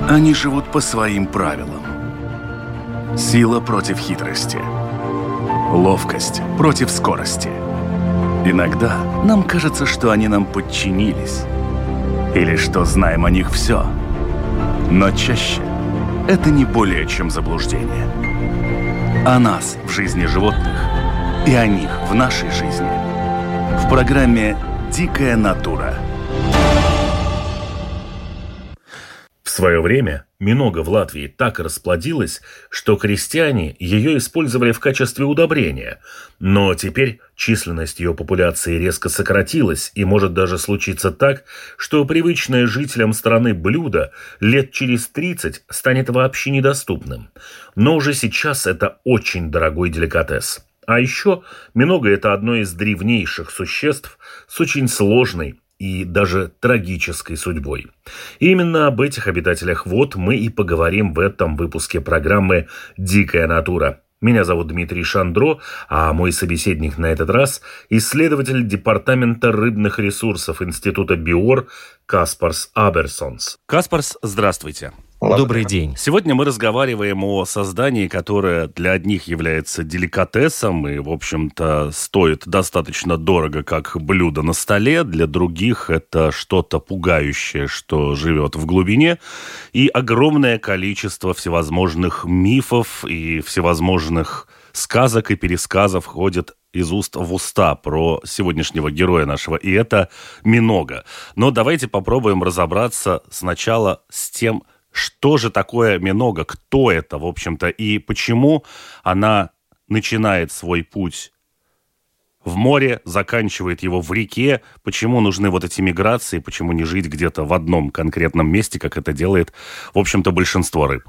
Они живут по своим правилам. Сила против хитрости. Ловкость против скорости. Иногда нам кажется, что они нам подчинились. Или что знаем о них все. Но чаще это не более чем заблуждение. О нас в жизни животных и о них в нашей жизни. В программе «Дикая натура». В свое время минога в Латвии так расплодилась, что крестьяне ее использовали в качестве удобрения. Но теперь численность ее популяции резко сократилась, и может даже случиться так, что привычное жителям страны блюдо лет через 30 станет вообще недоступным. Но уже сейчас это очень дорогой деликатес. А еще минога – это одно из древнейших существ с очень сложной и даже трагической судьбой. И именно об этих обитателях вод мы и поговорим в этом выпуске программы «Дикая натура». Меня зовут Дмитрий Шандро, а мой собеседник на этот раз – исследователь Департамента рыбных ресурсов Института БИОР Каспарс Аберсонс. Каспарс, здравствуйте. Добрый день. Сегодня мы разговариваем о создании, которое для одних является деликатесом и, в общем-то, стоит достаточно дорого, как блюдо на столе. Для других это что-то пугающее, что живет в глубине. И огромное количество всевозможных мифов и всевозможных сказок и пересказов ходит из уст в уста про сегодняшнего героя нашего, и это минога. Но давайте попробуем разобраться сначала с тем, что же такое минога, кто это, в общем-то, и почему она начинает свой путь в море, заканчивает его в реке, почему нужны вот эти миграции, почему не жить где-то в одном конкретном месте, как это делает, в общем-то, большинство рыб.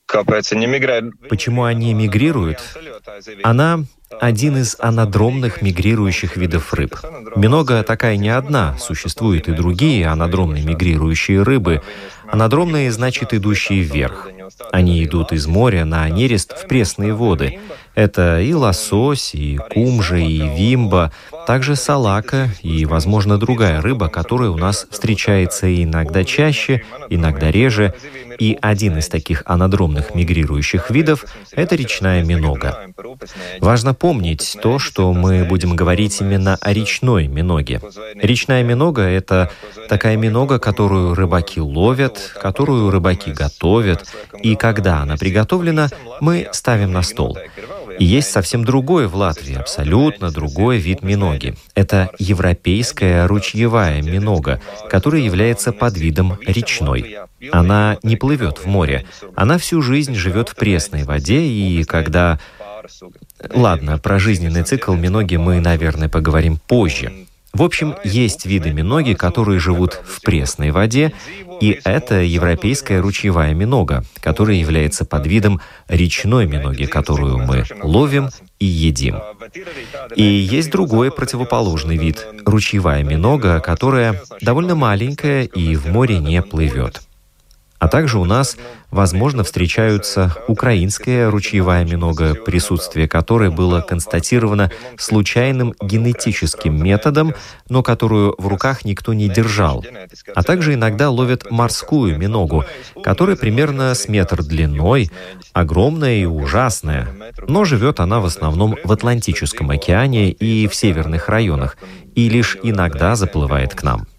Почему они мигрируют? Она один из анадромных мигрирующих видов рыб. Минога такая не одна, существуют и другие анадромные мигрирующие рыбы. Анадромные значит идущие вверх. Они идут из моря на нерест в пресные воды. Это и лосось, и кумжа, и вимба, также салака и, возможно, другая рыба, которая у нас встречается иногда чаще, иногда реже. И один из таких анадромных мигрирующих видов – это речная минога. Важно помнить то, что мы будем говорить именно о речной миноге. Речная минога – это такая минога, которую рыбаки ловят, которую рыбаки готовят, и когда она приготовлена, мы ставим на стол. И есть совсем другое в Латвии, абсолютно другой вид миноги. Это европейская ручьевая минога, которая является подвидом речной. Она не плывет в море, она всю жизнь живет в пресной воде, и когда... Ладно, про жизненный цикл миноги мы, наверное, поговорим позже. В общем, есть виды миноги, которые живут в пресной воде, и это европейская ручьевая минога, которая является подвидом речной миноги, которую мы ловим и едим. И есть другой противоположный вид – ручьевая минога, которая довольно маленькая и в море не плывет. А также у нас, возможно, встречаются украинская ручьевая минога, присутствие которой было констатировано случайным генетическим методом, но которую в руках никто не держал. А также иногда ловят морскую миногу, которая примерно с метр длиной, огромная и ужасная. Но живет она в основном в Атлантическом океане и в северных районах, и лишь иногда заплывает к нам.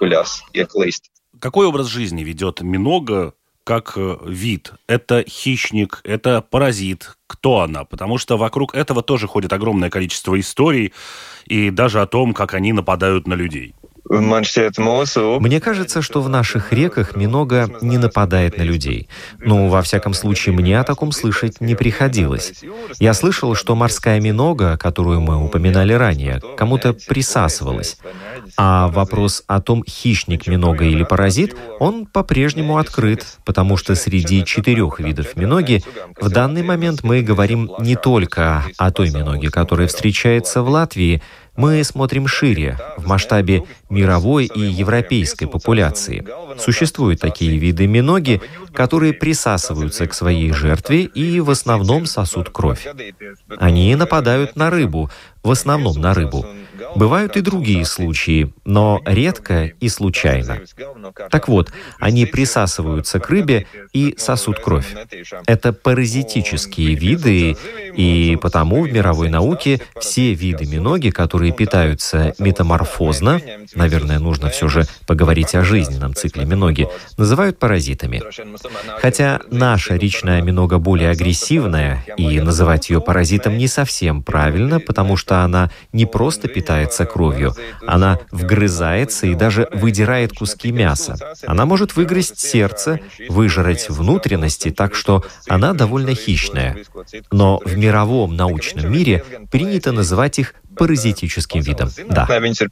Какой образ жизни ведет минога как вид? Это хищник, это паразит. Кто она? Потому что вокруг этого тоже ходит огромное количество историй и даже о том, как они нападают на людей. Мне кажется, что в наших реках минога не нападает на людей. Ну, во всяком случае, мне о таком слышать не приходилось. Я слышал, что морская минога, которую мы упоминали ранее, кому-то присасывалась. А вопрос о том, хищник минога или паразит, он по-прежнему открыт, потому что среди 4 видов миноги в данный момент мы говорим не только о той миноге, которая встречается в Латвии, мы смотрим шире, в масштабе мировой и европейской популяции. Существуют такие виды миноги, которые присасываются к своей жертве и в основном сосут кровь. Они нападают на рыбу. в основном на рыбу. Бывают и другие случаи, но редко и случайно. Так вот, они присасываются к рыбе и сосут кровь. Это паразитические виды, и потому в мировой науке все виды миноги, которые питаются метаморфозно, наверное, нужно все же поговорить о жизненном цикле миноги, называют паразитами. Хотя наша речная минога более агрессивная, и называть ее паразитом не совсем правильно, потому что она не просто питается кровью, она вгрызается и даже выдирает куски мяса. Она может выгрызть сердце, выжрать внутренности, так что она довольно хищная. Но в мировом научном мире принято называть их паразитическим видом. Да.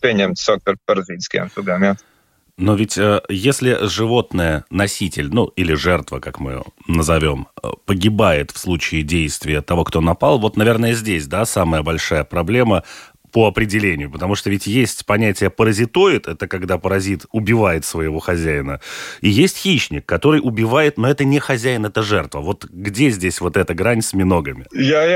Но ведь если животное, носитель, или жертва, как мы назовем, погибает в случае действия того, кто напал, вот, наверное, здесь, да, самая большая проблема по определению, потому что ведь есть понятие паразитоид, это когда паразит убивает своего хозяина, и есть хищник, который убивает, но это не хозяин, это жертва. Вот где здесь вот эта грань с миногами?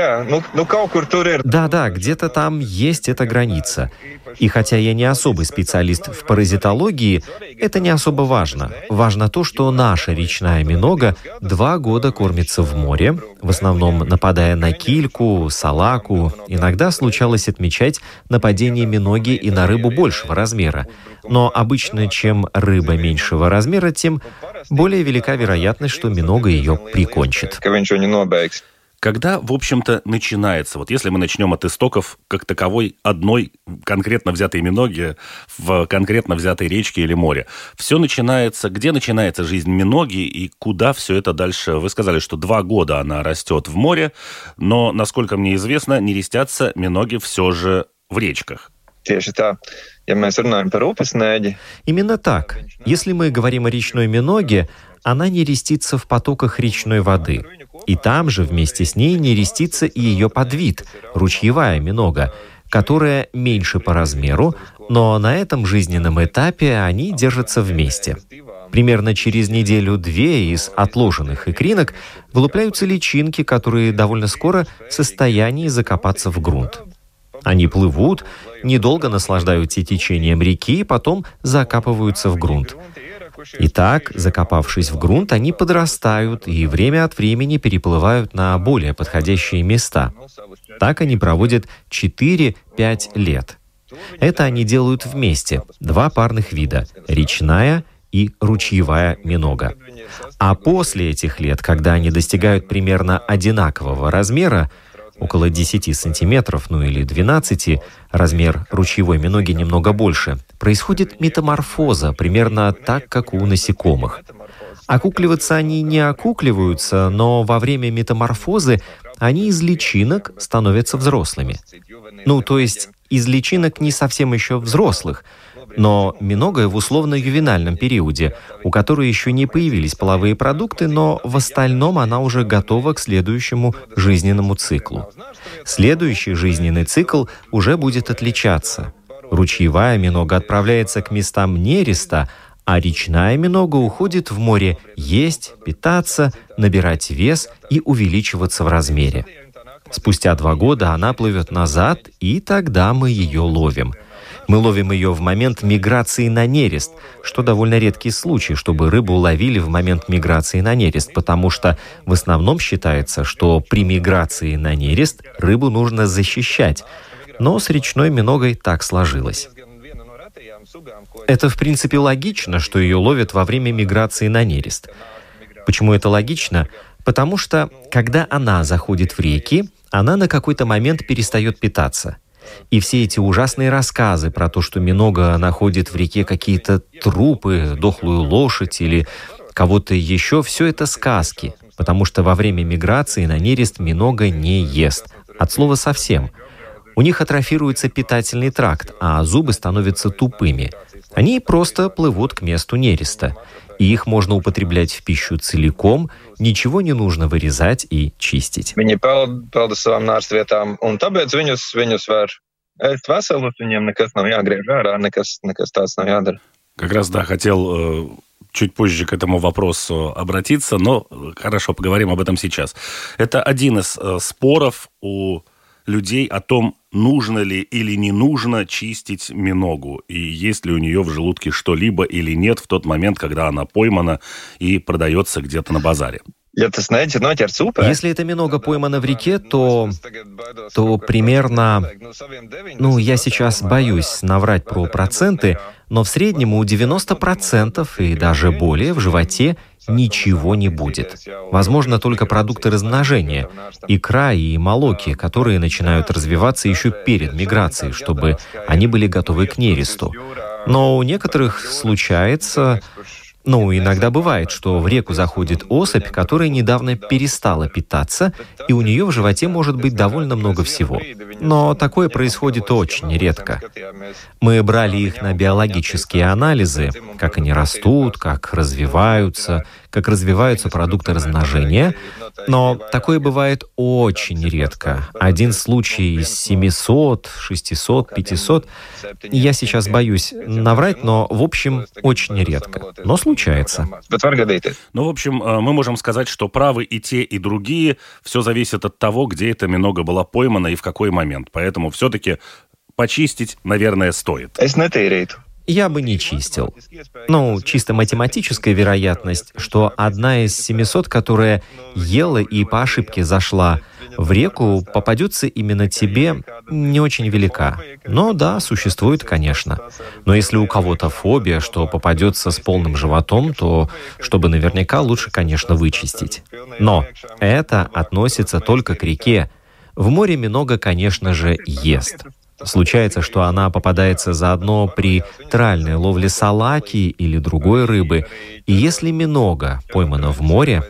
Да, где-то там есть эта граница. И хотя я не особый специалист в паразитологии, это не особо важно. Важно то, что наша речная минога 2 года кормится в море, в основном нападая на кильку, салаку. Иногда случалось отмечать нападение миноги и на рыбу большего размера. Но обычно, чем рыба меньшего размера, тем более велика вероятность, что минога ее прикончит. Когда, в общем-то, начинается, вот если мы начнем от истоков как таковой одной конкретно взятой миноги в конкретно взятой речке или море, все начинается, где начинается жизнь миноги и куда все это дальше? Вы сказали, что 2 года она растет в море, но, насколько мне известно, нерестятся миноги все же в речках. Именно так. Если мы говорим о речной миноге, она нерестится в потоках речной воды. И там же вместе с ней нерестится и ее подвид, ручьевая минога, которая меньше по размеру, но на этом жизненном этапе они держатся вместе. Примерно через неделю-две из отложенных икринок вылупляются личинки, которые довольно скоро в состоянии закопаться в грунт. Они плывут, недолго наслаждаются течением реки, потом закапываются в грунт. Итак, закопавшись в грунт, они подрастают и время от времени переплывают на более подходящие места. Так они проводят 4-5 лет. Это они делают вместе, 2 парных вида – речная и ручьевая минога. А после этих лет, когда они достигают примерно одинакового размера, около 10 сантиметров, или 12, размер ручьевой миноги немного больше, происходит метаморфоза, примерно так, как у насекомых. Окукливаться они не окукливаются, но во время метаморфозы они из личинок становятся взрослыми. То есть из личинок не совсем еще взрослых, но минога в условно-ювенальном периоде, у которой еще не появились половые продукты, но в остальном она уже готова к следующему жизненному циклу. Следующий жизненный цикл уже будет отличаться. Ручьевая минога отправляется к местам нереста, а речная минога уходит в море есть, питаться, набирать вес и увеличиваться в размере. Спустя 2 года она плывет назад, и тогда мы ее ловим. Мы ловим ее в момент миграции на нерест, что довольно редкий случай, чтобы рыбу ловили в момент миграции на нерест, потому что в основном считается, что при миграции на нерест рыбу нужно защищать. Но с речной миногой так сложилось. Это, в принципе, логично, что ее ловят во время миграции на нерест. Почему это логично? Потому что, когда она заходит в реки, она на какой-то момент перестает питаться. И все эти ужасные рассказы про то, что минога находит в реке какие-то трупы, дохлую лошадь или кого-то еще, все это сказки, потому что во время миграции на нерест минога не ест. От слова совсем. У них атрофируется питательный тракт, а зубы становятся тупыми. Они просто плывут к месту нереста. И их можно употреблять в пищу целиком, ничего не нужно вырезать и чистить. Как раз, хотел чуть позже к этому вопросу обратиться, но хорошо, поговорим об этом сейчас. Это один из споров у людей о том, нужно ли или не нужно чистить миногу, и есть ли у нее в желудке что-либо или нет в тот момент, когда она поймана и продается где-то на базаре. Если эта минога поймана в реке, то примерно, я сейчас боюсь наврать про проценты, но в среднем у 90% и даже более в животе ничего не будет. Возможно, только продукты размножения, икра и молоки, которые начинают развиваться еще перед миграцией, чтобы они были готовы к нересту. Но у некоторых случается... иногда бывает, что в реку заходит особь, которая недавно перестала питаться, и у нее в животе может быть довольно много всего. Но такое происходит очень редко. Мы брали их на биологические анализы, как они растут, как развиваются продукты размножения, но такое бывает очень редко. Один случай из 700, 600, 500. Я сейчас боюсь наврать, но, в общем, очень редко. Но случается. В общем, мы можем сказать, что правы и те, и другие. Все зависит от того, где эта минога была поймана и в какой момент. Поэтому все-таки почистить, наверное, стоит. Я бы не чистил. Чисто математическая вероятность, что одна из 700, которая ела и по ошибке зашла в реку, попадется именно тебе, не очень велика. Но да, существует, конечно. Но если у кого-то фобия, что попадется с полным животом, то, чтобы наверняка, лучше, конечно, вычистить. Но это относится только к реке. В море минога, конечно же, ест. Случается, что она попадается заодно при тральной ловле салаки или другой рыбы. И если минога поймана в море,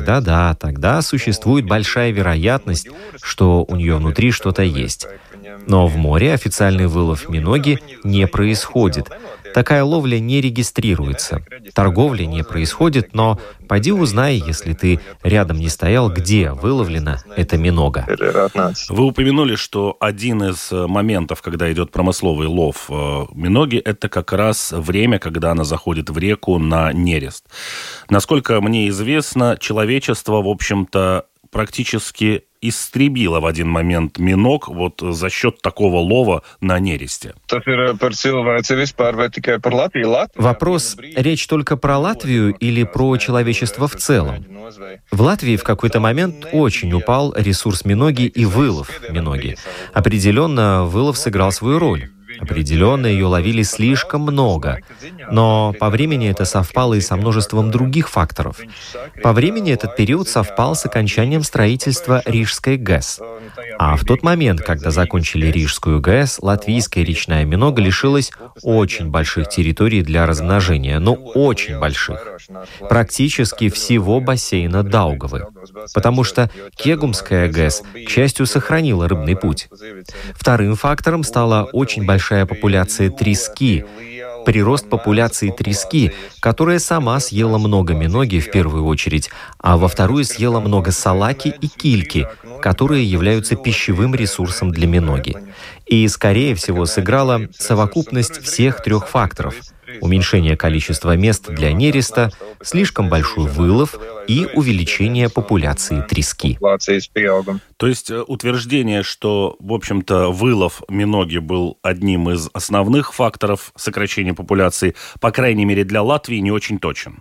тогда существует большая вероятность, что у нее внутри что-то есть. Но в море официальный вылов миноги не происходит. Такая ловля не регистрируется. Торговля не происходит, но поди узнай, если ты рядом не стоял, где выловлена эта минога. Вы упомянули, что один из моментов, когда идет промысловый лов миноги, это как раз время, когда она заходит в реку на нерест. Насколько мне известно, человечество, в общем-то, практически истребила в один момент миног за счет такого лова на нересте. Вопрос, речь только про Латвию или про человечество в целом? В Латвии в какой-то момент очень упал ресурс миноги и вылов миноги. Определенно, вылов сыграл свою роль. Определенно, ее ловили слишком много. Но по времени это совпало и со множеством других факторов. По времени этот период совпал с окончанием строительства Рижской ГЭС. А в тот момент, когда закончили Рижскую ГЭС, латвийская речная минога лишилась очень больших территорий для размножения. Очень больших. Практически всего бассейна Даугавы. Потому что Кегумская ГЭС, к счастью, сохранила рыбный путь. Вторым фактором стала очень большая популяция трески. Прирост популяции трески, которая сама съела много миноги в первую очередь, а во вторую съела много салаки и кильки, которые являются пищевым ресурсом для миноги. И, скорее всего, сыграла совокупность всех трех факторов – уменьшение количества мест для нереста, слишком большой вылов и увеличение популяции трески. То есть утверждение, что, в общем-то, вылов миноги был одним из основных факторов сокращения популяции, по крайней мере для Латвии, не очень точен.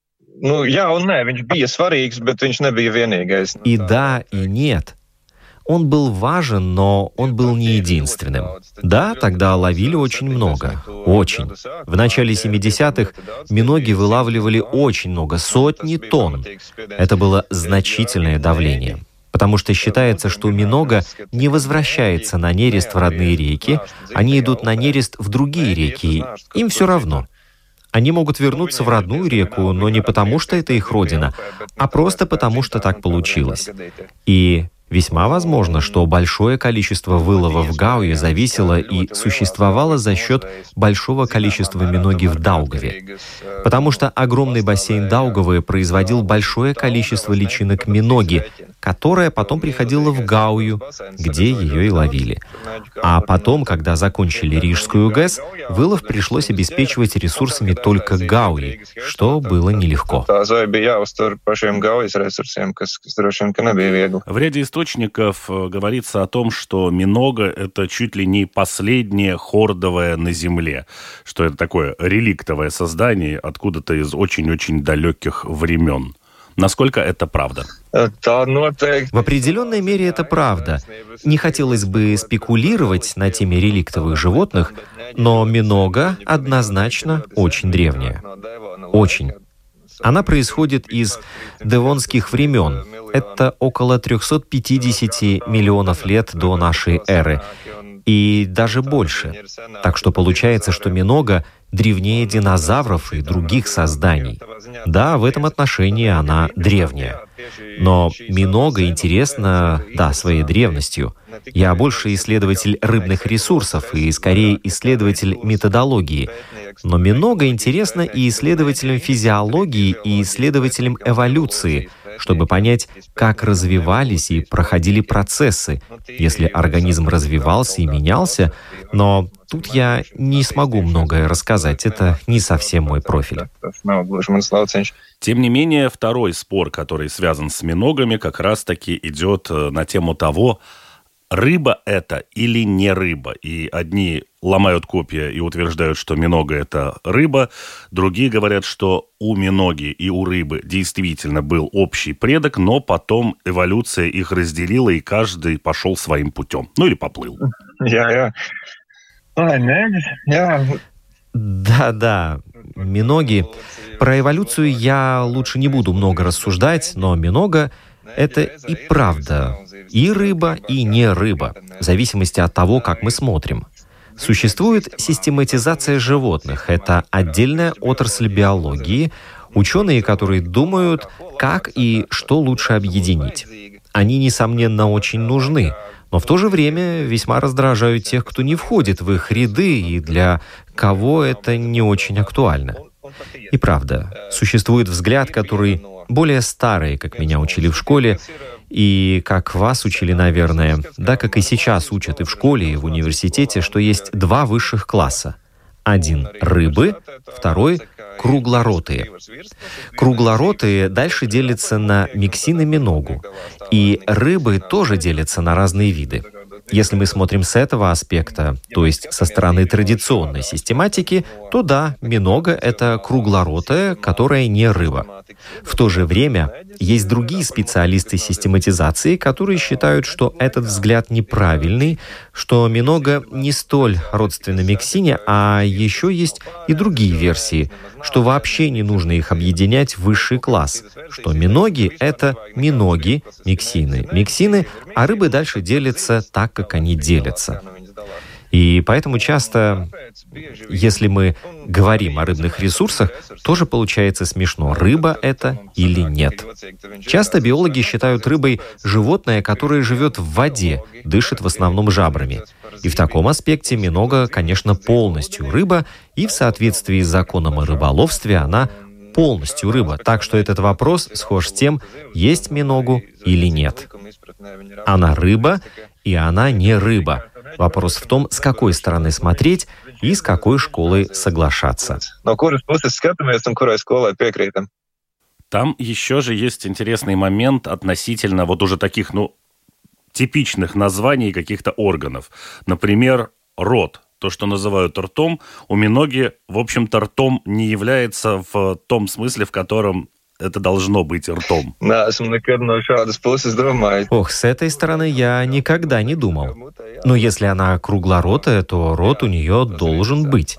И да, и нет. Он был важен, но он был не единственным. Да, тогда ловили очень много. Очень. В начале 70-х миноги вылавливали очень много, сотни тонн. Это было значительное давление. Потому что считается, что минога не возвращается на нерест в родные реки, они идут на нерест в другие реки, им все равно. Они могут вернуться в родную реку, но не потому, что это их родина, а просто потому, что так получилось. И весьма возможно, что большое количество вылова в Гауе зависело и существовало за счет большого количества миноги в Даугаве. Потому что огромный бассейн Даугавы производил большое количество личинок миноги, которая потом приходила в Гаую, где ее и ловили. А потом, когда закончили Рижскую ГЭС, вылов пришлось обеспечивать ресурсами только Гауи, что было нелегко. В ряде источников говорится о том, что Минога — это чуть ли не последнее хордовое на Земле, что это такое реликтовое создание откуда-то из очень-очень далеких времен. Насколько это правда? В определенной мере это правда. Не хотелось бы спекулировать на теме реликтовых животных, но Минога однозначно очень древняя. Очень. Она происходит из девонских времен. Это около 350 миллионов лет до нашей эры. И даже больше. Так что получается, что Минога древнее динозавров и других созданий. Да, в этом отношении она древняя. Но Минога интересна, своей древностью. Я больше исследователь рыбных ресурсов и скорее исследователь методологии. Но Минога интересна и исследователям физиологии, и исследователям эволюции, чтобы понять, как развивались и проходили процессы, если организм развивался и менялся. Но тут я не смогу многое рассказать, это не совсем мой профиль. Тем не менее, второй спор, который связан с миногами, как раз-таки идет на тему того, рыба это или не рыба. И одни ломают копья и утверждают, что минога это рыба, другие говорят, что у миноги и у рыбы действительно был общий предок, но потом эволюция их разделила, и каждый пошел своим путем. Ну или поплыл. Да, миноги. Про эволюцию я лучше не буду много рассуждать, но минога — это и правда и рыба, и не рыба, в зависимости от того, как мы смотрим. Существует систематизация животных. Это отдельная отрасль биологии, ученые, которые думают, как и что лучше объединить. Они, несомненно, очень нужны, но в то же время весьма раздражают тех, кто не входит в их ряды и для кого это не очень актуально. И правда, существует взгляд, который более старый, как меня учили в школе, и как вас учили, наверное, да, как и сейчас учат и в школе, и в университете, что есть два высших класса. Один — рыбы, второй — круглоротые. Круглоротые дальше делятся на миксин и миногу. И рыбы тоже делятся на разные виды. Если мы смотрим с этого аспекта, то есть со стороны традиционной систематики, то да, минога — это круглоротая, которая не рыба. В то же время есть другие специалисты систематизации, которые считают, что этот взгляд неправильный, что минога не столь родственна миксине, а еще есть и другие версии, что вообще не нужно их объединять в высший класс, что миноги — это миноги, миксины, а рыбы дальше делятся так, как они делятся. И поэтому часто, если мы говорим о рыбных ресурсах, тоже получается смешно, рыба это или нет. Часто биологи считают рыбой животное, которое живет в воде, дышит в основном жабрами. И в таком аспекте минога, конечно, полностью рыба, и в соответствии с законом о рыболовстве она полностью рыба. Так что этот вопрос схож с тем, есть миногу или нет. Она рыба, и она не рыба. Вопрос в том, с какой стороны смотреть и с какой школой соглашаться. Там еще же есть интересный момент относительно вот уже таких, типичных названий каких-то органов. Например, рот. То, что называют ртом, у миноги, в общем-то, ртом не является в том смысле, в котором это должно быть ртом. Ох, с этой стороны я никогда не думал. Но если она круглоротая, то рот у нее должен быть.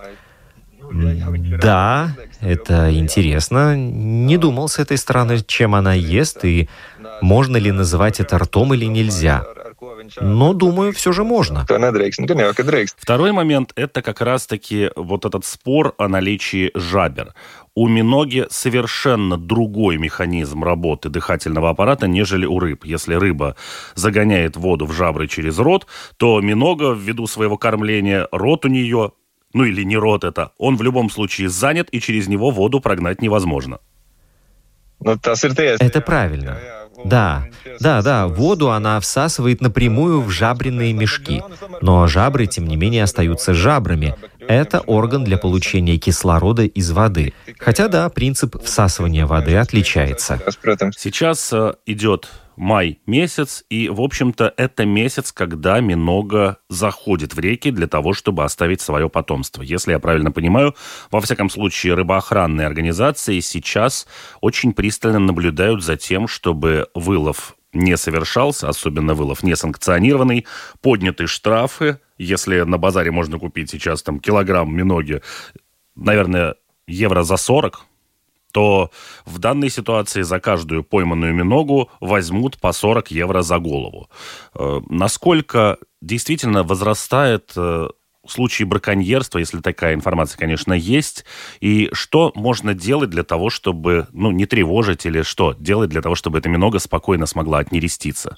Да, это интересно. Не думал с этой стороны, чем она ест, и можно ли называть это ртом или нельзя. Но, думаю, все же можно. Второй момент – это как раз-таки вот этот спор о наличии жабер. У миноги совершенно другой механизм работы дыхательного аппарата, нежели у рыб. Если рыба загоняет воду в жабры через рот, то минога, ввиду своего кормления, рот у нее, или не рот это, он в любом случае занят, и через него воду прогнать невозможно. Это правильно. Да, воду она всасывает напрямую в жабренные мешки. Но жабры, тем не менее, остаются жабрами. Это орган для получения кислорода из воды. Хотя, да, принцип всасывания воды отличается. Сейчас идет май месяц, и, в общем-то, это месяц, когда минога заходит в реки для того, чтобы оставить свое потомство. Если я правильно понимаю, во всяком случае, рыбоохранные организации сейчас очень пристально наблюдают за тем, чтобы вылов не совершался, особенно вылов несанкционированный, подняты штрафы. Если на базаре можно купить сейчас там килограмм миноги, наверное, евро за 40, то в данной ситуации за каждую пойманную миногу возьмут по 40 евро за голову. Насколько действительно возрастает случаи браконьерства, если такая информация, конечно, есть, и что можно делать для того, чтобы, не тревожить, или что делать для того, чтобы эта минога спокойно смогла отнереститься?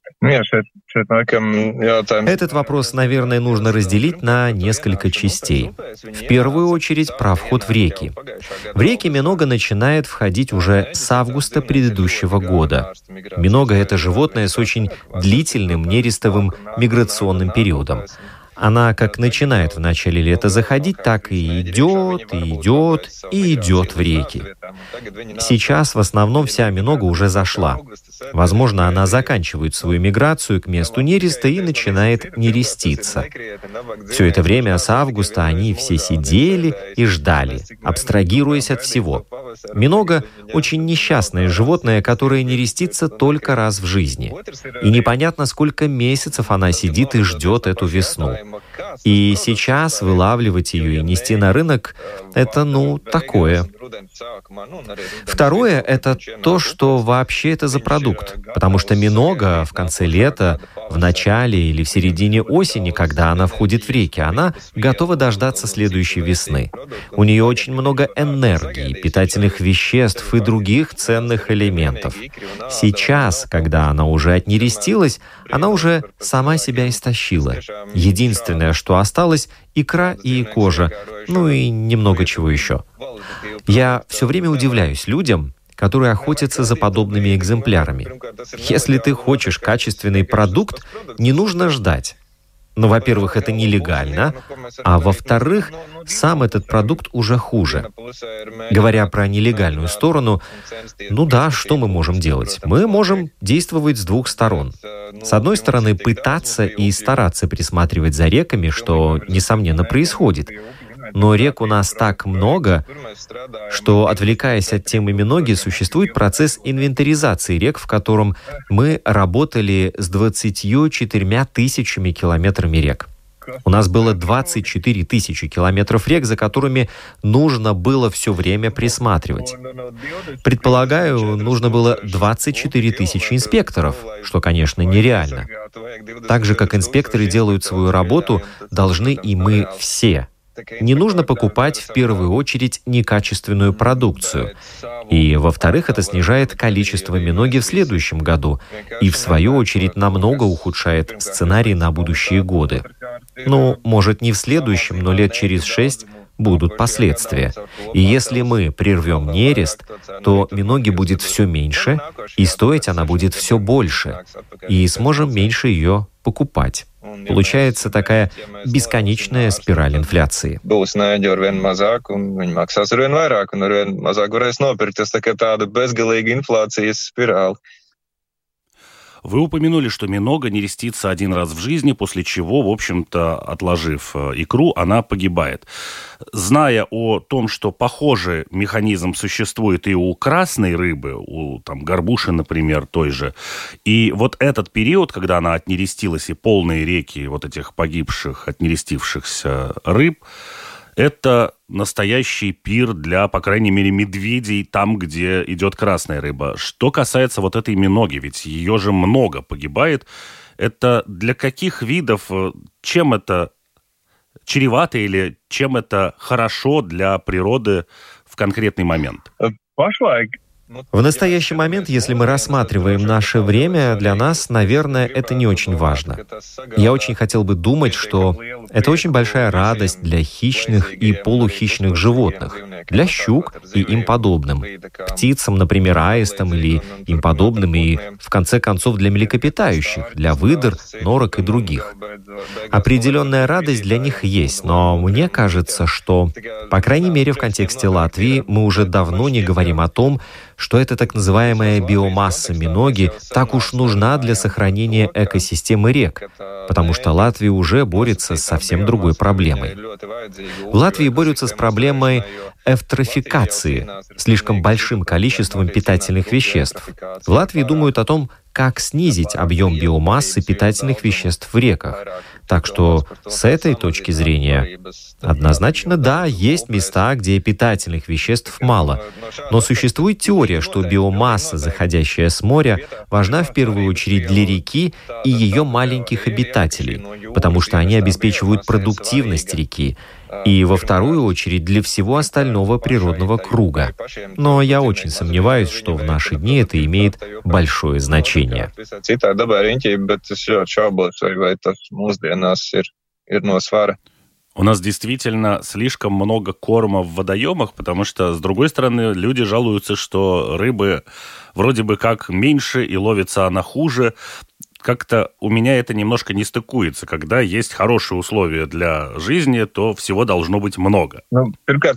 Этот вопрос, наверное, нужно разделить на несколько частей. В первую очередь, про вход в реки. В реки минога начинает входить уже с августа предыдущего года. Минога — это животное с очень длительным нерестовым миграционным периодом. Она как начинает в начале лета заходить, так и идет в реки. Сейчас в основном вся минога уже зашла. Возможно, она заканчивает свою миграцию к месту нереста и начинает нереститься. Все это время с августа они все сидели и ждали, абстрагируясь от всего. Минога — очень несчастное животное, которое нерестится только раз в жизни. И непонятно, сколько месяцев она сидит и ждет эту весну. И сейчас вылавливать ее и нести на рынок — это, такое. Второе — это то, что вообще это за продукт. Потому что минога в конце лета, в начале или в середине осени, когда она входит в реки, она готова дождаться следующей весны. У нее очень много энергии, питательных веществ и других ценных элементов. Сейчас, когда она уже отнерестилась, она уже сама себя истощила. Единственное, что осталось — икра и кожа, и немного чего еще. Я все время удивляюсь людям, которые охотятся за подобными экземплярами. Если ты хочешь качественный продукт, не нужно ждать. Во-первых, это нелегально, а во-вторых, сам этот продукт уже хуже. Говоря про нелегальную сторону, что мы можем делать? Мы можем действовать с двух сторон. С одной стороны, пытаться и стараться присматривать за реками, что, несомненно, происходит. Но рек у нас так много, что, отвлекаясь от темы миноги, существует процесс инвентаризации рек, в котором мы работали с 24 тысячами километрами рек. У нас было 24 тысячи километров рек, за которыми нужно было все время присматривать. Предполагаю, нужно было 24 тысячи инспекторов, что, конечно, нереально. Так же, как инспекторы делают свою работу, должны и мы все. Не нужно покупать в первую очередь некачественную продукцию. И, во-вторых, это снижает количество миноги в следующем году и, в свою очередь, намного ухудшает сценарий на будущие годы. Может, не в следующем, но лет через 6 будут последствия. И если мы прервем нерест, то миноги будет все меньше, и стоить она будет все больше, и сможем меньше ее покупать. Получается такая бесконечная спираль инфляции. Вы упомянули, что минога нерестится один раз в жизни, после чего, в общем-то, отложив икру, она погибает. Зная о том, что похожий механизм существует и у красной рыбы, у горбуши, например, той же, и вот этот период, когда она отнерестилась, и полные реки вот этих погибших, отнерестившихся рыб, это настоящий пир для, по крайней мере, медведей там, где идет красная рыба. Что касается вот этой миноги, ведь ее же много погибает. Это для каких видов, чем это чревато или чем это хорошо для природы в конкретный момент? В настоящий момент, если мы рассматриваем наше время, для нас, наверное, это не очень важно. Я очень хотел бы думать, что это очень большая радость для хищных и полухищных животных, для щук и им подобным, птицам, например, аистам или им подобным, и, в конце концов, для млекопитающих, для выдр, норок и других. Определенная радость для них есть, но мне кажется, что, по крайней мере, в контексте Латвии, мы уже давно не говорим о том, что эта так называемая биомасса миноги так уж нужна для сохранения экосистемы рек, потому что Латвия уже борется с совсем другой проблемой. В Латвии борются с проблемой эвтрофикации, слишком большим количеством питательных веществ. В Латвии думают о том, как снизить объем биомассы питательных веществ в реках. Так что с этой точки зрения, однозначно, да, есть места, где питательных веществ мало. Но существует теория, что биомасса, заходящая с моря, важна в первую очередь для реки и ее маленьких обитателей, потому что они обеспечивают продуктивность реки, и во вторую очередь для всего остального природного круга. Но я очень сомневаюсь, что в наши дни это имеет большое значение. У нас действительно слишком много корма в водоемах, потому что, с другой стороны, люди жалуются, что рыбы вроде бы как меньше и ловится она хуже. Как-то у меня это немножко не стыкуется. Когда есть хорошие условия для жизни, то всего должно быть много. Но,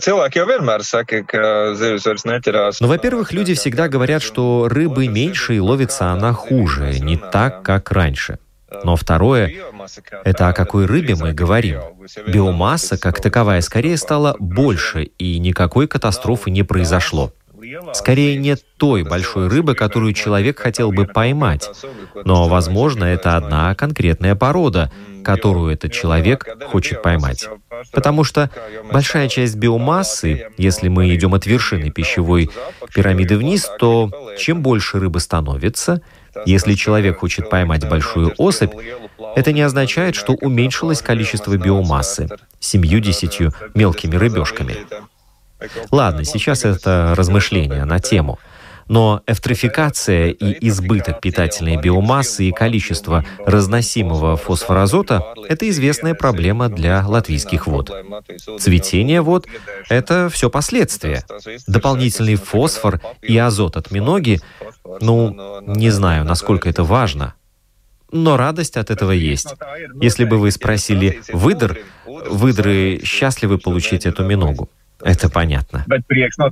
во-первых, люди всегда говорят, что рыбы меньше и ловится она хуже, не так, как раньше. Но второе, это о какой рыбе мы говорим. Биомасса, как таковая, скорее стала больше, и никакой катастрофы не произошло. Скорее, нет той большой рыбы, которую человек хотел бы поймать. Но, возможно, это одна конкретная порода, которую этот человек хочет поймать. Потому что большая часть биомассы, если мы идем от вершины пищевой пирамиды вниз, то чем больше рыбы становится, если человек хочет поймать большую особь, это не означает, что уменьшилось количество биомассы 7-10 мелкими рыбешками. Ладно, сейчас это размышления на тему. Но эвтрофикация и избыток питательной биомассы и количество разносимого фосфоразота – это известная проблема для латвийских вод. Цветение вод – это все последствия. Дополнительный фосфор и азот от миноги – не знаю, насколько это важно. Но радость от этого есть. Если бы вы спросили выдр, выдры счастливы получить эту миногу. Это понятно. Ja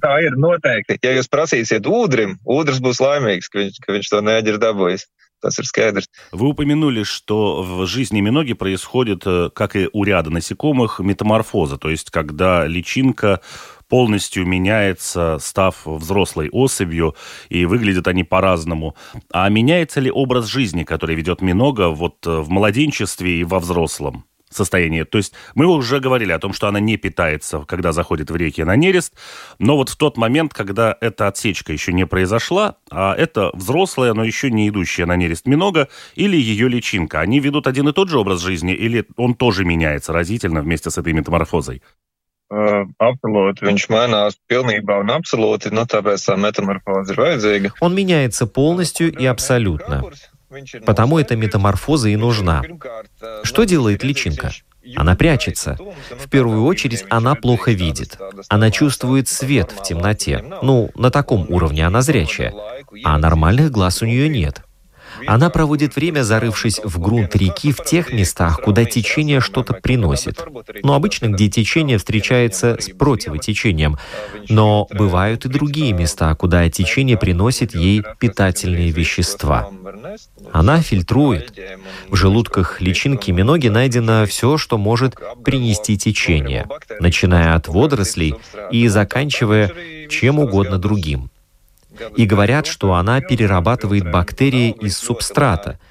jūs prasīsiet ūdrim, ūdrs būs laimīgs, ka viņš to neģer dabūjis. Tas ir skaidrs. Вы упомянули, что в жизни миноги происходит, как и у ряда насекомых, метаморфоза, то есть когда личинка полностью меняется, став взрослой особью, и выглядят они по-разному. А меняется ли образ жизни, который ведет минога в младенчестве и во взрослом состоянии? То есть мы уже говорили о том, что она не питается, когда заходит в реки на нерест, но в тот момент, когда эта отсечка еще не произошла, а это взрослая, но еще не идущая на нерест минога или ее личинка, они ведут один и тот же образ жизни, или он тоже меняется разительно вместе с этой метаморфозой? Absolūti. Viņš mainās pilnībā un absolūti, tāpēc tā метаморфоза ir vajadzīga. Он меняется полностью и абсолютно. Потому эта метаморфоза и нужна. Что делает личинка? Она прячется. В первую очередь, она плохо видит. Она чувствует свет в темноте. На таком уровне она зрячая. А нормальных глаз у нее нет. Она проводит время, зарывшись в грунт реки в тех местах, куда течение что-то приносит. Обычно, где течение встречается с противотечением. Но бывают и другие места, куда течение приносит ей питательные вещества. Она фильтрует. В желудках личинки миноги найдено все, что может принести течение, начиная от водорослей и заканчивая чем угодно другим. И говорят, что она перерабатывает бактерии из субстрата.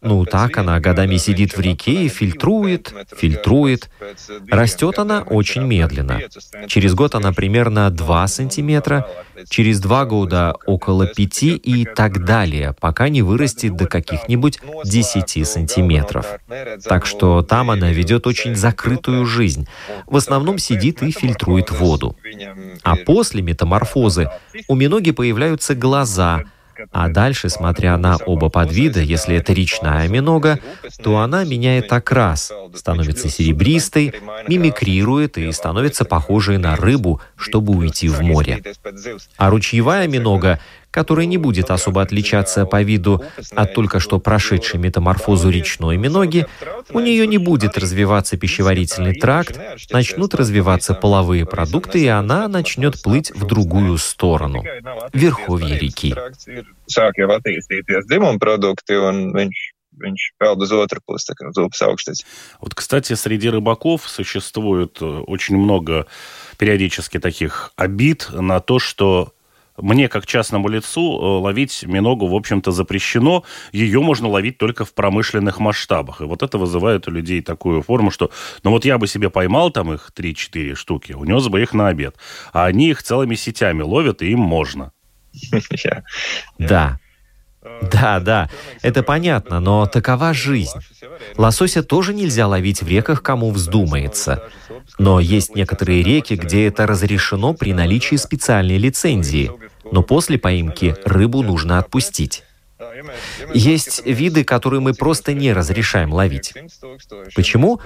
Так она годами сидит в реке и фильтрует. Растет она очень медленно. Через год она примерно 2 сантиметра, через 2 года около 5 и так далее, пока не вырастет до каких-нибудь 10 сантиметров. Так что там она ведет очень закрытую жизнь. В основном сидит и фильтрует воду. А после метаморфозы у миноги появляются глаза, а дальше, смотря на оба подвида, если это речная минога, то она меняет окрас, становится серебристой, мимикрирует и становится похожей на рыбу, чтобы уйти в море. А ручьевая минога, которая не будет особо отличаться по виду от только что прошедшей метаморфозу речной миноги, у нее не будет развиваться пищеварительный тракт, начнут развиваться половые продукты, и она начнет плыть в другую сторону, в верховье реки. Вот, кстати, среди рыбаков существует очень много периодически таких обид на то, что мне, как частному лицу, ловить миногу, в общем-то, запрещено. Ее можно ловить только в промышленных масштабах. И вот это вызывает у людей такую форму, что я бы себе поймал там их 3-4 штуки, унес бы их на обед. А они их целыми сетями ловят, и им можно. Да, это понятно, но такова жизнь. Лосося тоже нельзя ловить в реках, кому вздумается. Но есть некоторые реки, где это разрешено при наличии специальной лицензии. Но после поимки рыбу нужно отпустить. Есть виды, которые мы просто не разрешаем ловить. Почему?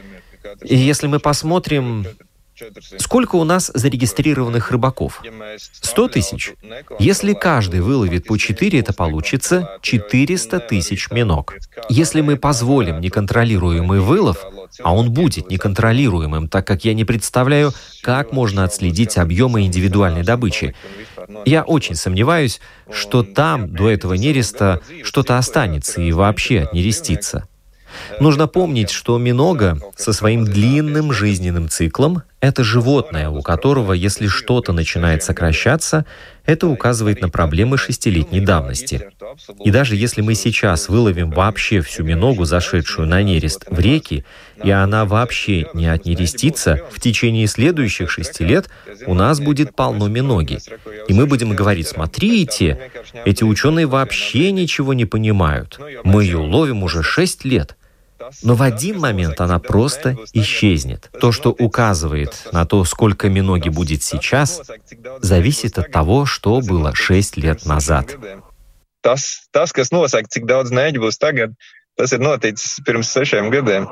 Если мы посмотрим, сколько у нас зарегистрированных рыбаков? 100 тысяч. Если каждый выловит по 4, это получится 400 тысяч миног. Если мы позволим неконтролируемый вылов, а он будет неконтролируемым, так как я не представляю, как можно отследить объемы индивидуальной добычи. Я очень сомневаюсь, что там до этого нереста что-то останется и вообще отнерестится. Нужно помнить, что минога со своим длинным жизненным циклом – это животное, у которого, если что-то начинает сокращаться, это указывает на проблемы 6-летней давности. И даже если мы сейчас выловим вообще всю миногу, зашедшую на нерест, в реки, и она вообще не отнерестится, в течение следующих 6 лет у нас будет полно миноги. И мы будем говорить: смотрите, эти ученые вообще ничего не понимают. Мы ее ловим уже 6 лет. Но в один момент она просто исчезнет. То, что указывает на то, сколько миноги будет сейчас, зависит от того, что было 6 лет назад. Tas, kas nosaka, cik daudz nēģi būs tagad, tas ir noticis pirms 6 gadiem.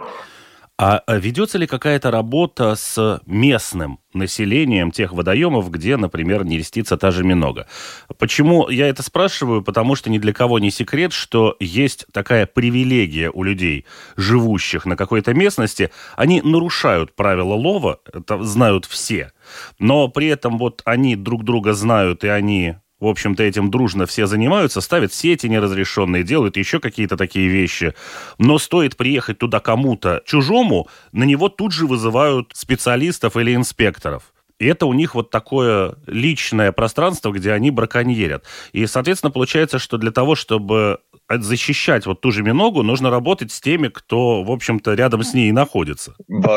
А ведется ли какая-то работа с местным населением тех водоемов, где, например, нерестится та же минога? Почему я это спрашиваю? Потому что ни для кого не секрет, что есть такая привилегия у людей, живущих на какой-то местности. Они нарушают правила лова, это знают все, но при этом они друг друга знают, и они... В общем-то, этим дружно все занимаются, ставят сети неразрешенные, делают еще какие-то такие вещи. Но стоит приехать туда кому-то чужому, на него тут же вызывают специалистов или инспекторов. И это у них такое личное пространство, где они браконьерят. И, соответственно, получается, что для того, чтобы защищать ту же миногу, нужно работать с теми, кто, в общем-то, рядом с ней и находится.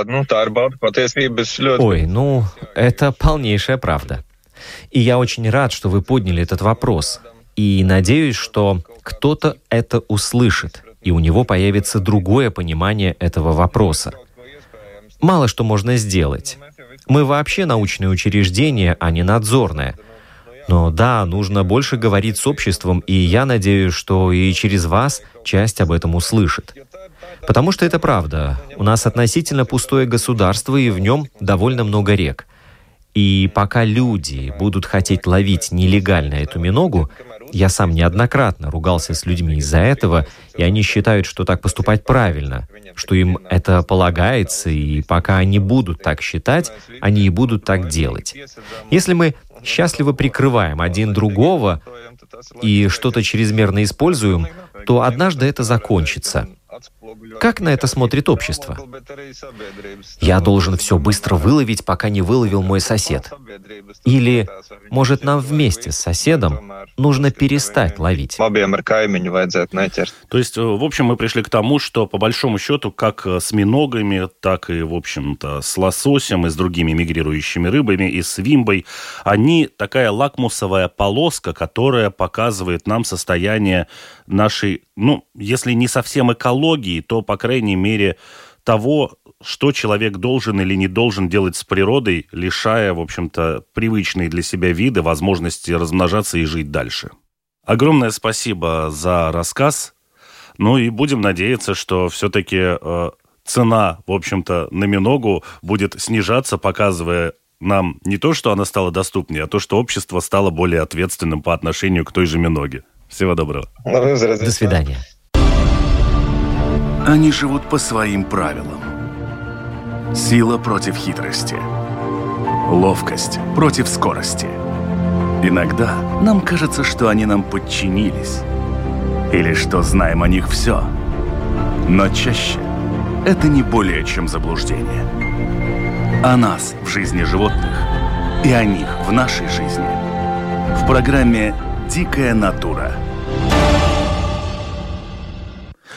Ой, это полнейшая правда. И я очень рад, что вы подняли этот вопрос. И надеюсь, что кто-то это услышит, и у него появится другое понимание этого вопроса. Мало что можно сделать. Мы вообще научное учреждение, а не надзорное. Но да, нужно больше говорить с обществом, и я надеюсь, что и через вас часть об этом услышит. Потому что это правда. У нас относительно пустое государство, и в нем довольно много рек. И пока люди будут хотеть ловить нелегально эту миногу, я сам неоднократно ругался с людьми из-за этого, и они считают, что так поступать правильно, что им это полагается, и пока они будут так считать, они и будут так делать. Если мы счастливо прикрываем один другого и что-то чрезмерно используем, то однажды это закончится. Как на это смотрит общество? Я должен все быстро выловить, пока не выловил мой сосед. Или, может, нам вместе с соседом нужно перестать ловить? То есть, в общем, мы пришли к тому, что, по большому счету, как с миногами, так и, в общем-то, с лососем и с другими мигрирующими рыбами, и с вимбой, они такая лакмусовая полоска, которая показывает нам состояние нашей, если не совсем экологии, то, по крайней мере, того, что человек должен или не должен делать с природой, лишая, в общем-то, привычные для себя виды возможности размножаться и жить дальше. Огромное спасибо за рассказ. И будем надеяться, что все-таки цена, в общем-то, на миногу будет снижаться, показывая нам не то, что она стала доступнее, а то, что общество стало более ответственным по отношению к той же миноге. Всего доброго. До свидания. Они живут по своим правилам. Сила против хитрости. Ловкость против скорости. Иногда нам кажется, что они нам подчинились. Или что знаем о них все. Но чаще это не более чем заблуждение. О нас в жизни животных и о них в нашей жизни. В программе «Дикая натура».